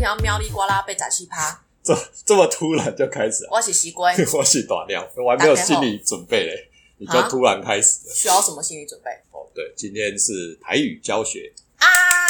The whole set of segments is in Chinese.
听喵哩呱啦被17%。 这么突然就开始了？ 我是西龟， 我是大鸟，我还没有心理准备嘞，你就突然开始了。 需要什么心理准备？ 哦，对，今天是台语教学啊！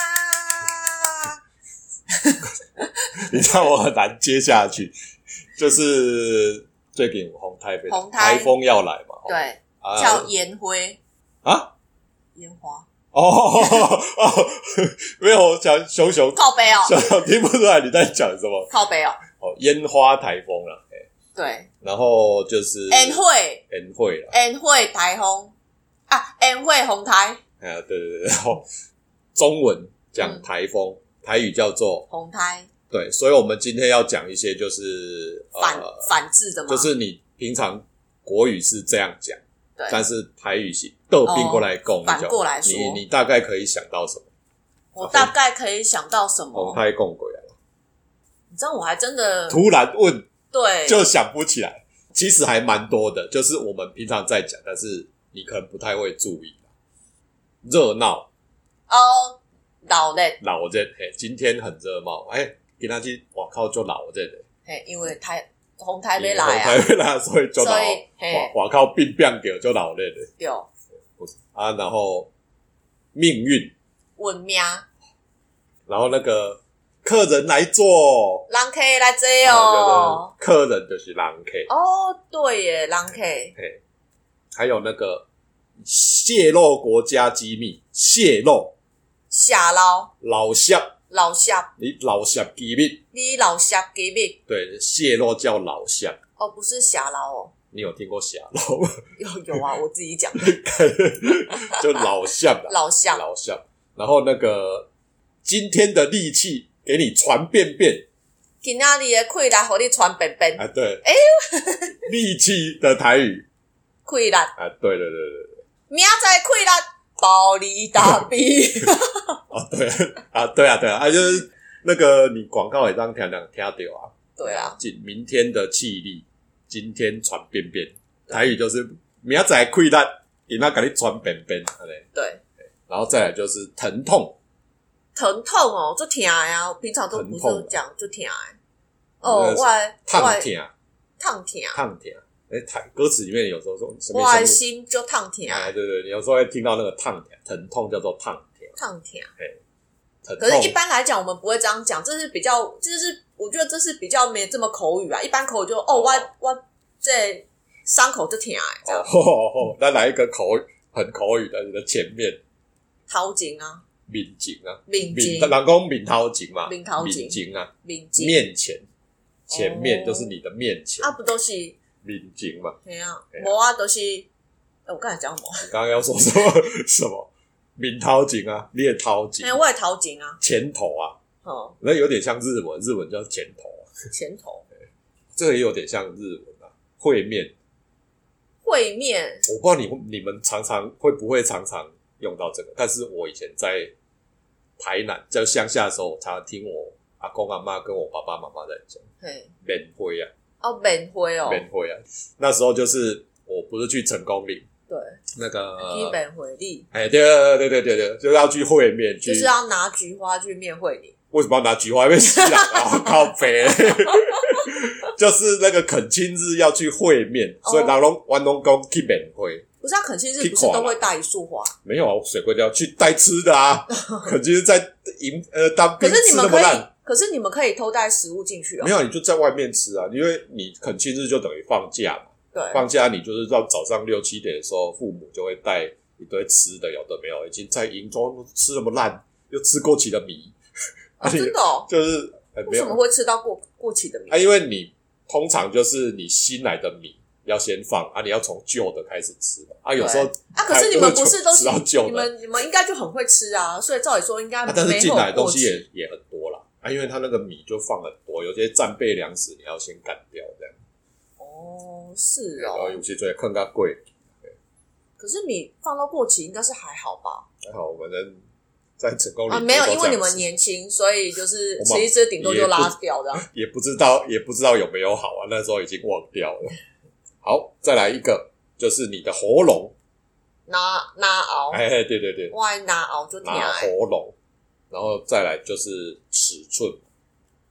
你知道我很难接下去，就是最近红台风要来嘛， 对，叫烟灰啊， 烟花。 哦，没有，我讲熊靠北哦， 熊听不出来你在讲什么。 靠北哦， 烟花台风啦， 对， 然后就是烟会啦， 烟会台风啊，烟会红台， 对，然后中文讲台风，台语叫做红台， 对，所以我们今天要讲一些就是反制的嘛， 就是你平常国语是这样讲， 对， 但是台语是倒并过来讲， 反过来说， 你大概可以想到什么？ 我大概可以想到什么？ 红台讲过来了， 你知道我还真的突然问， 对， 就想不起来。其实还蛮多的，就是我们平常在讲，但是你可能不太会注意。热闹哦，老热， 今天很热闹，今天去外口就老热的， 因为红台没来啊， 红台没来，所以就老，外口变变叫就老热的， 对啊，然后命运运命， 然后那个客人来坐， 人客来坐哦， 客人就是人客哦，对耶，人客， 还有那个泄露国家机密，泄露下捞老乡，你老乡机密， 你老乡机密， 对，泄露叫老乡哦，不是下捞哦， 你有听过下捞吗？ 有啊，我自己讲的， 就老乡老乡， 然后那个今天的力气给你传遍遍， 今仔日的气力给你传遍遍啊，对，力气的台语气力啊，对， 明仔气力包你大臂对啊，就是那个你广告也这样听到啊， 对啊， 明天的气力今天传遍遍，台语就是明仔气力今仔给你传遍遍， 对， 然后再来就是疼痛哦，就疼呀，我平常都不是讲就疼哦，烫疼， 歌词里面有时候说什么？ 我的心就烫疼， 对，你有时候会听到那个烫痛叫做烫疼， 疼痛。 可是一般来讲我们不会这样讲，这是比较，就是我觉得这是比较没这么口语啊，一般口语就我这伤口就疼这样。 那来一个很口语的，你的前面头前啊。 面前啊， 人讲面头前嘛， 面头前啊， 面前，前面就是你的面前啊，不都是面前嘛？ 对啊，无啊，都是我刚才讲什么？ 你刚刚要说什么？面头前啊，你的头前， 我的头前啊， 前头啊，那有点像日文叫前头啊， 前头， 这个也有点像日文啊，会面，我不知道你们会不会常常用到这个，但是我以前在台南在乡下的时候，我常常听我阿公阿妈跟我爸爸妈妈在讲面会啊， 面会哦， 面会啊，那时候就是我不是去成功岭， 对， 那个去面会你， 对，就是要去会面， 就是要拿菊花去面会你。 为什么要拿菊花？因为西朗啊，靠北，就是那个恳亲日要去会面，所以人拢讲去面会。 不是啊，恳亲日不是都会带一束花？ 没有啊，水龟雕去带吃的啊，恳亲日在当兵吃那么烂。 可是你们可以偷带食物进去啊？ 没有，你就在外面吃啊，因为你恳亲日就等于放假嘛。 对， 放假你就是到早上6、7点的时候，父母就会带一堆吃的，有的没有，已经在营中吃那么烂，又吃过期的米。 真的哦， 就是为什么会吃到过期的米因为你通常就是你新来的米要先放啊，你要从旧的开始吃啊，有时候可是你们不是都是旧的，你们应该就很会吃啊，所以照理说应该没但是进来的东西也很多啦因为它那个米就放很多，有些战备粮食你要先干掉这样。 是哦， 然后有些就会更加贵。 可是米放到过期应该是还好吧？ 还好，我们在成功里没有，因为你们年轻，所以就是吃一吃顶多就拉掉这样。 也不知道有没有好啊，那时候已经忘掉了。好，再来一个，就是你的喉咙拿熬， 对， 我拿熬就拿喉咙，然后再来就是尺寸，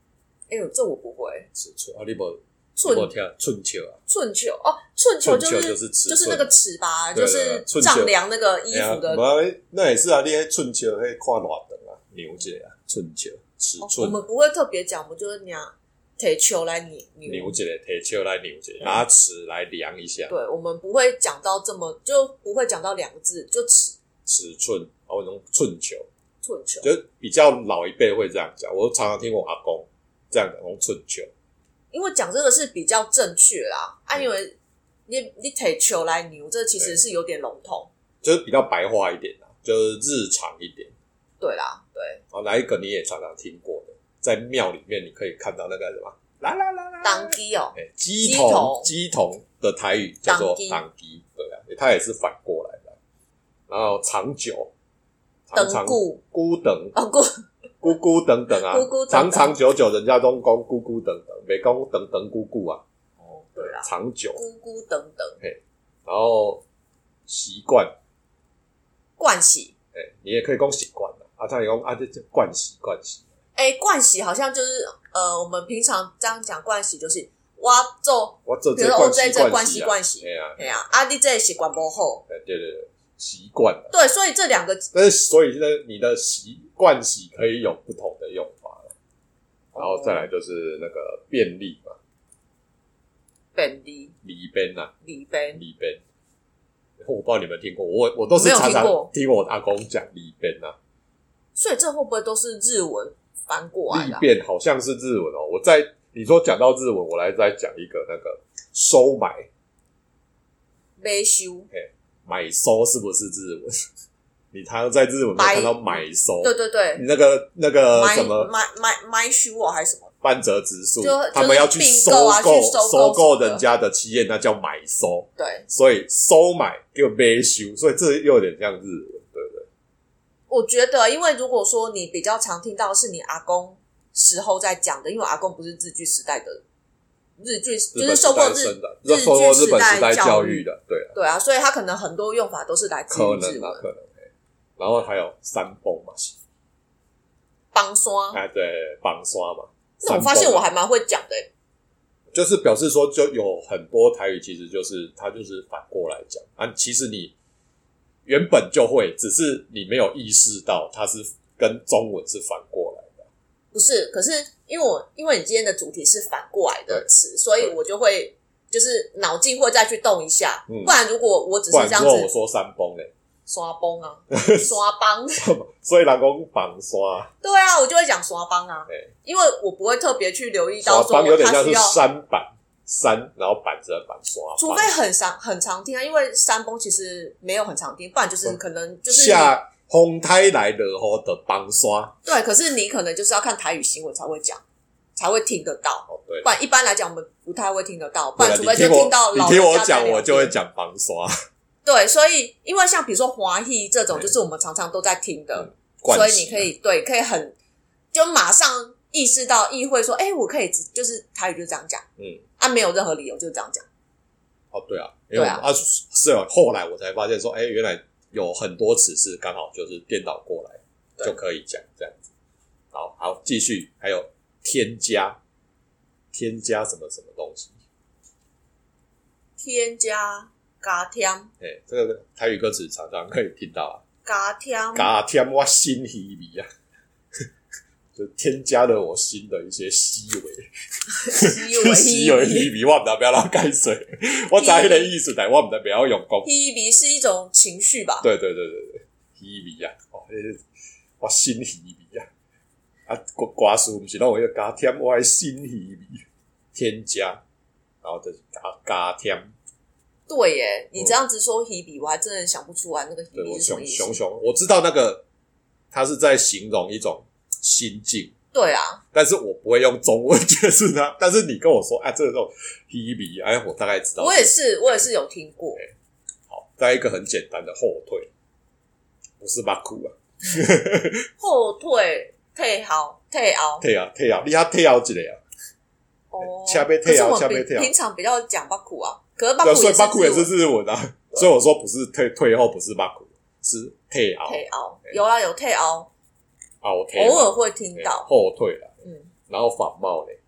这我不会。 尺寸啊，你无听寸球啊？ 寸球哦，寸球就是那个尺吧，就是丈量那个衣服的。 那也是啊，你迄寸球迄看偌长啊，牛一下啊，寸球尺寸。 我们不会特别讲，我们就是拿提球来扭一下，提球来扭一下，拿尺来量一下。 对，我们不会讲到这么，就不会讲到2个字，就尺寸，我用寸球。 寸球就比较老一辈会这样讲，我常常听我阿公这样讲，用寸球。 因为讲这个是比较正确啦，因为你提球来扭，这其实是有点笼统， 就是比较白话一点啦，就是日常一点。 对啦，对。 哪一个你也常常听过的，在庙里面你可以看到那个什么啦啦啦啦，当机哦，鸡童的台语叫做当机，对啊，它也是反过来的。然后长久，长孤等咕等等啊，长长久久，人家都讲咕咕等等，没讲等等咕咕啊。 哦，对啦， 长久咕咕等等。 嘿，然后习惯习， 你也可以讲习惯啊，他也讲这惯习。 惯习好像就是我们平常这样讲惯习就是我做这惯习，嘿啊，你这习惯不好， 对，习惯。 对，所以这2个， 但是所以你的惯习可以有不同的用法然后再来就是那个便利嘛， 便利利便啊， 利便， 我不知道你们听过，我都是常常听我阿公讲利便啊， 所以这会不会都是日文翻过来的？ 利便好像是日文哦。你说讲到日文，我来再讲一个那个收买， 买收， 买收是不是日文？你常常在日文看到买收， 对， 你那个什么买收还是什么半折指数，他们要去收购人家的企业，那叫买收。 对， 所以收买就买收，所以这又有点像日文，对不对？ 我觉得，因为如果说你比较常听到是你阿公时候在讲的，因为我阿公不是日据时代的日剧，就是受过日本时代教育的， 对啊，所以他可能很多用法都是来自于日文， 可能。然后还有三崩嘛， 帮刷， 对，帮刷嘛。 那我发现我还蛮会讲的， 就是表示说，就有很多台语其实就是它就是反过来讲啊。其实你原本就会，只是你没有意识到它是跟中文是反过来的。 不是，可是因为你今天的主题是反过来的词，所以我就会就是脑筋会再去动一下。不然如果我只是这样子， 我说三崩嘞。 刷崩啊，刷帮， 所以人讲绑刷， 对啊，我就会讲刷帮啊，因为我不会特别去留意到说刷帮有点像是山板，然后板子的板刷， 除非很常听啊，因为山崩其实没有很常听，不然就是可能就是下风台来了后的绑刷， 对，可是你可能就是要看台语新闻才会讲，才会听得到， 对， 不然一般来讲我们不太会听得到，不然除非就听到老人家你听我讲，我就会讲绑刷。 对，所以因为像比如说华裔这种，就是我们常常都在听的，所以你可以可以很就马上意识到意会说，我可以就是台语就这样讲，没有任何理由就这样讲。 对啊，因为是后来我才发现说，原来有很多词是刚好就是颠倒过来就可以讲这样子。好，继续，还有添加什么什么东西？ 添加。加添， 这个台语歌词常常可以听到啊。 加添我新稀微啊，就添加了我新的一些细微稀微，我唔得不要让解水，我知迄个意思，但我唔得不要用讲。 稀微是一种情绪吧？ 对，稀微啊，我新稀微啊，歌词不是让我要加添我的新稀微，添加，然后就是加添。 对耶，你这样子说稀微，我还真的想不出来那个稀微是什么意思。 熊，我知道那个它是在形容一种心境。 对啊， 但是我不会用中文解释它。但是你跟我说，这种稀微，我大概知道。 我也是有听过。 好，再一个很简单的后退，不是巴库啊。 后退，退后，你还退后一个啊？可是我们平常比较讲巴库啊。可是巴库所以巴库也是日文啊，所以我说不是退后，不是巴库，是退后。 有啦，有退后， 偶尔会听到后退啦，然后反冒嘞，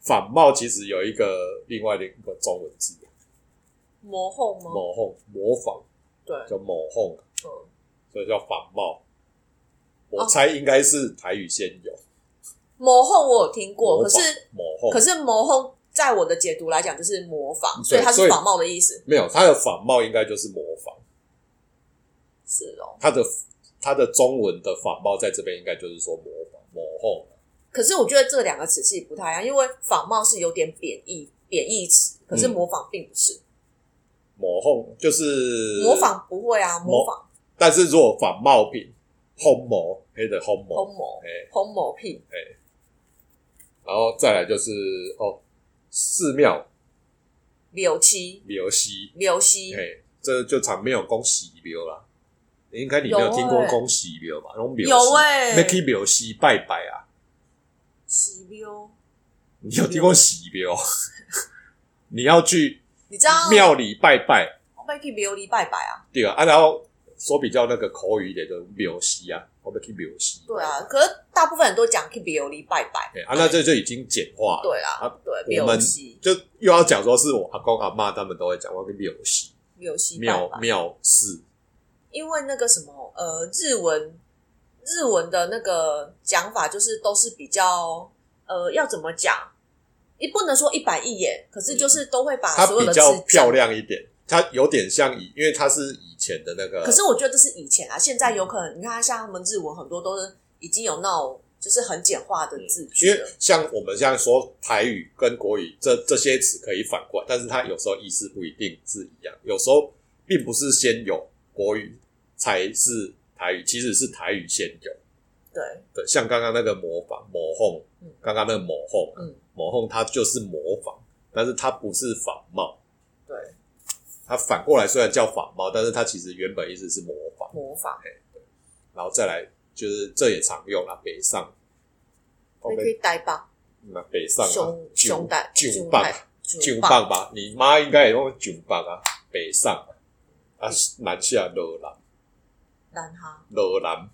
仿冒其实有另外一个中文字， 模仿吗？ 模仿， 对， 叫模仿，所以叫仿冒。我猜应该是台语先有。 模仿我有听过，可是模仿在我的解读来讲就是模仿，所以它是仿冒的意思。 没有，它的仿冒应该就是模仿。 是哦， 它的中文的仿冒在这边应该就是说模仿。 可是我觉得这两个词其实不太一样，因为仿冒是有点贬义词，可是模仿并不是。 模仿就是模仿不会啊，模仿。 但是如果仿冒品，烘模黑的烘模品， 然后再来就是寺庙庙期， 这就常没有讲寺庙啦。应该你没有听过讲寺庙吧？ 有要去庙寺拜拜啊。 寺庙， 你有听过寺庙？你要去，你知道庙里拜拜， 我要去庙里拜拜啊。 对啊，然后说比较那个口语一点的庙寺啊，我要去庙寺。 对啊，可是大部分人都讲去庙里拜拜。 那这就已经简化了。 对啊，对， 我们就又要讲说是我阿公阿嬷他们都会讲我要去庙寺，庙寺。 因为那个什么日文的那个讲法就是都是比较要怎么讲？你不能说一板一眼，可是就是都会把所有的字它比较漂亮一点，它有点像因为它是以前的那个。 可是我觉得这是以前啊，现在有可能你看像他们日文很多都是已经有那种就是很简化的字句了。 因为像我们现在说台语跟国语这些词可以反过来，但是它有时候意思不一定是一样，有时候并不是先有国语才是台语，其实是台语先有。对，像刚刚那个模仿刚刚那个模仿它就是模仿，但是它不是仿冒。 对， 它反过来虽然叫仿冒，但是它其实原本意思是模仿。对，然后再来就是这也常用啦，北上。 你可以台北。 北上熊台上吧，你妈应该也用上啊，北上啊，南下落南。 南哈。 落南。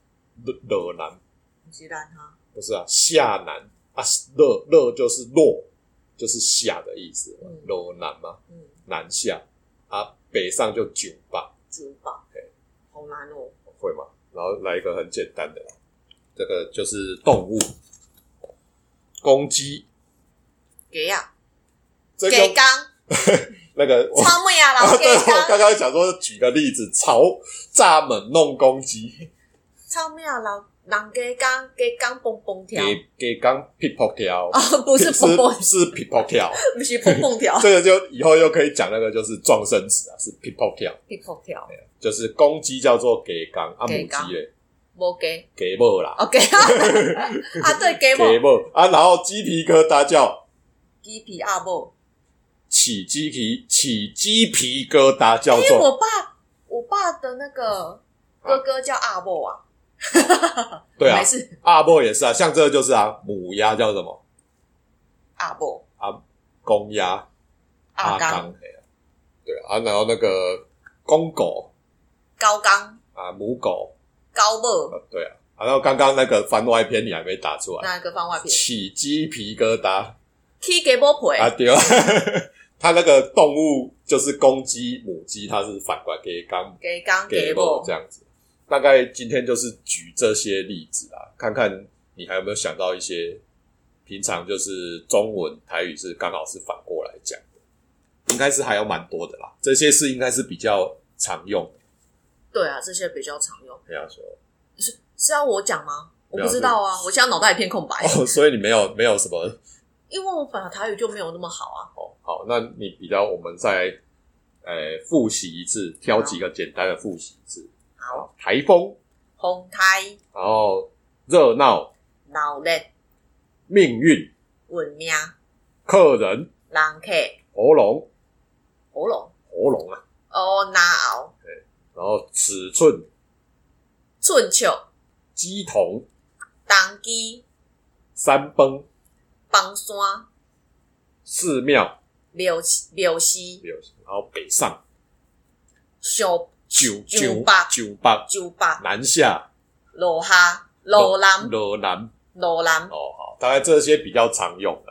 不是南哈。 不是啊，下南啊，落就是落，就是下的意思嘛，落南嘛，南下啊，北上就上吧， 好难哦。 会吗？然后来一个很简单的啦，这个就是动物，公鸡， 鸡啊， 鸡缸。 那个草莓啊，老鸡缸。 我刚刚想说举个例子，蚱蜢弄公鸡。 草莓啊，人鸡缸蹦蹦跳。 鸡缸屁扑跳。 不是蹦蹦， 是屁扑跳， 不是蹦蹦跳。 这个就以后又可以讲那个就是撞声词啊，是屁扑跳。 屁扑跳， 就是公鸡叫做鸡缸，母鸡嘞， 无鸡， 鸡母啦。 OK 啊，对，鸡母啊，然后鸡皮疙瘩叫鸡皮阿母， 起鸡皮疙瘩叫做。 我爸的那个哥哥叫阿母啊。 对啊， 没事， 阿母也是啊，像这个就是啊，母鸭叫什么？ 阿母啊，公鸭阿刚，对啊，然后那个公狗高刚啊，母狗高母， 对啊，然后刚刚那个番外篇你还没打出来， 哪个番外篇？ 起鸡皮疙瘩， 起鸡母皮啊，对啊，它那个动物就是公鸡、母鸡，它是反过来鸡缸鸡母这样子。大概今天就是举这些例子啦，看看你还有没有想到一些平常就是中文台语是刚好是反过来讲的，应该是还有蛮多的啦，这些是应该是比较常用的。 对啊，这些比较常用。 这样说是要我讲吗？我不知道啊，我现在脑袋一片空白。 所以你没有什么？ 因为我本来台语就没有那么好啊。 好，那你比较我们再复习一次，挑几个简单的复习一次。 好， 台风， 风台， 然后热闹， 闹热， 命运， 运命， 客人， 人客， 喉咙啊，哪熬， 对，然后尺寸， 寸尺， 鸡童， 当机， 山崩， 崩山， 寺庙， 庙寺， 然后北上， 上九北，南下， 落南。 好，大概这些比较常用啦，嘿。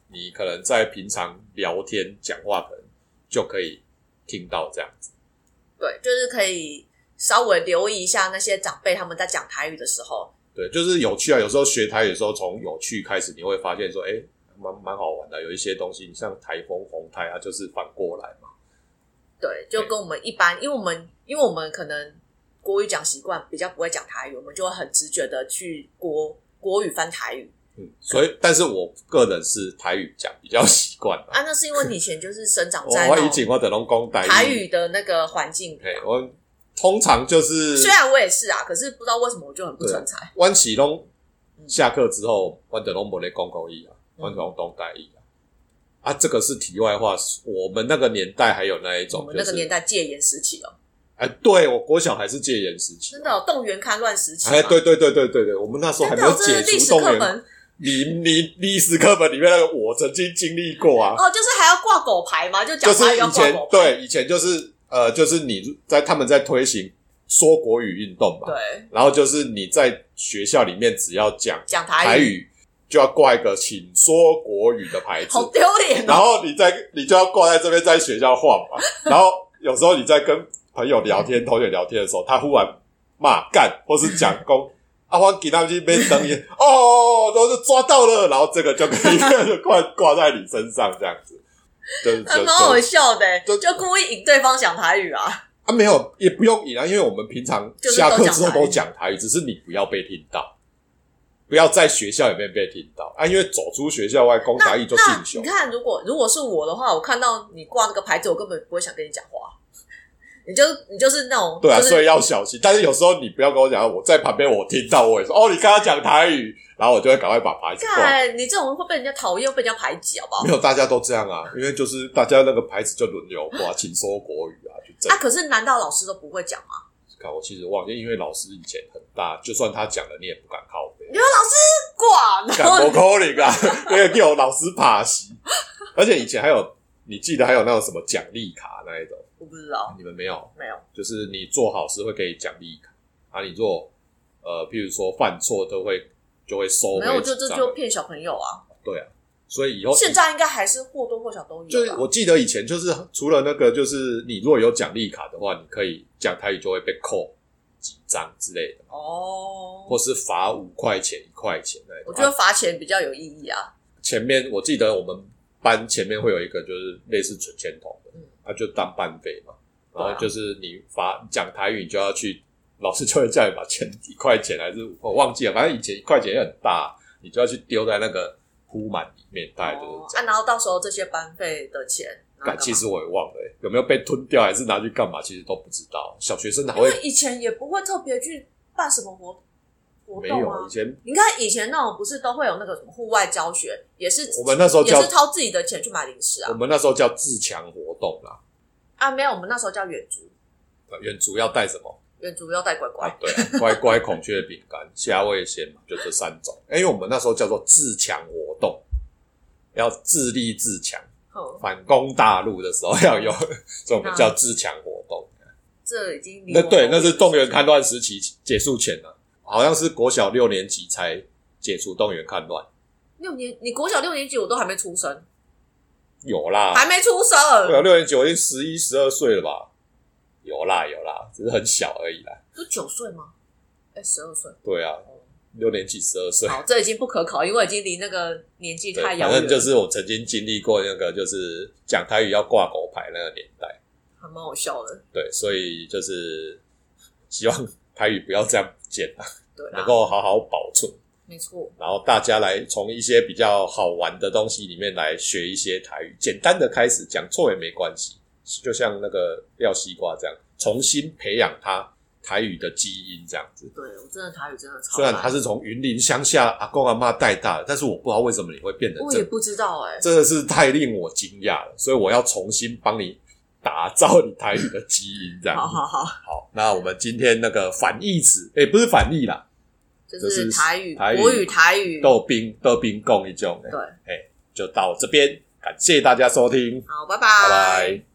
你可能在平常聊天讲话可能就可以听到这样子。 对，就是可以稍微留意一下那些长辈他们在讲台语的时候。 对，就是有趣啊，有时候学台语的时候从有趣开始，你会发现说蛮好玩的，有一些东西像台风红台它就是反过来嘛。 对，就跟我们一般，因为我们可能国语讲习惯，比较不会讲台语，我们就会很直觉的去国语翻台语。 所以但是我个人是台语讲比较习惯啊，那是因为你以前就是生长在我以前我就都讲台语的那个环境。 我通常就是虽然我也是啊，可是不知道为什么我就很不成才。 我是都下课之后，我就都没在讲国语啊，我就讲台语啊。这个是题外话，我们那个年代还有那一种， 我们那个年代戒严时期对，我国小还是戒严时期， 真的动员戡乱时期。 对，我们那时候还没有解除动员。你历史课本里面那个我曾经经历过啊。 就是还要挂狗牌嘛，就讲台语要挂狗牌。 对，以前就是你他们在推行说国语运动嘛。 对。 然后就是你在学校里面只要讲台语，就要挂一个请说国语的牌子。 好丢脸然后你就要挂在这边，在学校晃嘛。然后有时候你在跟朋友聊天、同学聊天的时候，他忽然骂干，或是讲公我给他们去被等你都是抓到了，然后这个就可以挂在你身上这样子， 蛮好笑的，就故意引对方讲台语啊。 没有，也不用引啊，因为我们平常下课之后都讲台语，只是你不要被听到，不要在学校里面被听到因为走出学校外，讲台语就进修。 你看，如果是我的话，我看到你挂那个牌子，我根本不会想跟你讲话。你就是那种对啊，所以要小心。但是有时候你不要跟我讲，我在旁边我听到，我也说你刚刚讲台语，然后我就会赶快把牌子挂。 你这种会被人家讨厌，被人家排挤，好不好？ 没有，大家都这样啊，因为就是大家那个牌子就轮流挂，请说国语就这样。 可是难道老师都不会讲吗？ 我其实忘记，因为老师以前很大，就算他讲了，你也不敢靠北。 你说老师挂， 敢不可能啊？因为有老师怕死，而且以前还有，你记得还有那种什么奖励卡那一种。 我不知道， 你们没有？ 没有， 就是你做好事会给你奖励卡你做譬如说犯错就会收回。 没有，这就骗小朋友啊。 对啊，所以以后现在应该还是或多或少都有。 就是我记得以前就是除了那个，就是你如果有奖励卡的话，你可以讲台语就会被扣几张之类的或是罚5块钱、1块钱那种。 我觉得罚钱比较有意义啊。 前面我记得我们班前面会有一个就是类似存钱筒的。就当班费嘛，然后就是你讲台语，你就要去，老师就会叫你把钱1块钱还是5块，我忘记了，反正以前1块钱也很大，你就要去丢在那个铺满里面，大概就是这样。 然后到时候这些班费的钱， 其实我也忘了有没有被吞掉，还是拿去干嘛，其实都不知道。小学生哪会？ 因为以前也不会特别去办什么活动没有以前你看以前那种不是都会有那个什么户外教学，也是我们那时候也是掏自己的钱去买零食啊。 我们那时候叫自强活动啦。 没有，我们那时候叫远足。 远足要带什么？ 远足要带乖乖。 对乖乖、孔雀饼干、虾味鲜嘛，就这3种。因为我们那时候叫做自强活动，要自立自强，反攻大陆的时候要有这种叫自强活动。 这已经那是动员戡乱时期结束前了，好像是国小6年级才解除动员戡乱。 你国小6年级我都还没出生。 有啦， 还没出生。 对啊，6年级我已经11、12岁了吧？有啦，只是很小而已啦。 是9岁吗？12岁。 对啊，6年级12岁。 好，这已经不可考，因为已经离那个年纪太遥远。 反正就是我曾经经历过那个，就是讲台语要挂狗牌那个年代， 还蛮好笑的。 对，所以就是希望台语不要这样不见啦， 对， 能够好好保存。 没错， 然后大家来从一些比较好玩的东西里面来学一些台语，简单的开始，讲错也没关系，就像那个廖西瓜这样，重新培养他台语的基因这样子。 对，我真的台语真的超烂。 虽然他是从云林乡下阿公阿嬷带大的，但是我不知道为什么你会变成我也不知道真的是太令我惊讶了，所以我要重新帮你打造你台语的基因这样子。好，那我们今天那个反义词不是反义啦， 就是台语国语台语斗兵共一种。 对， 就到这边，感谢大家收听。 好，拜拜。 拜拜。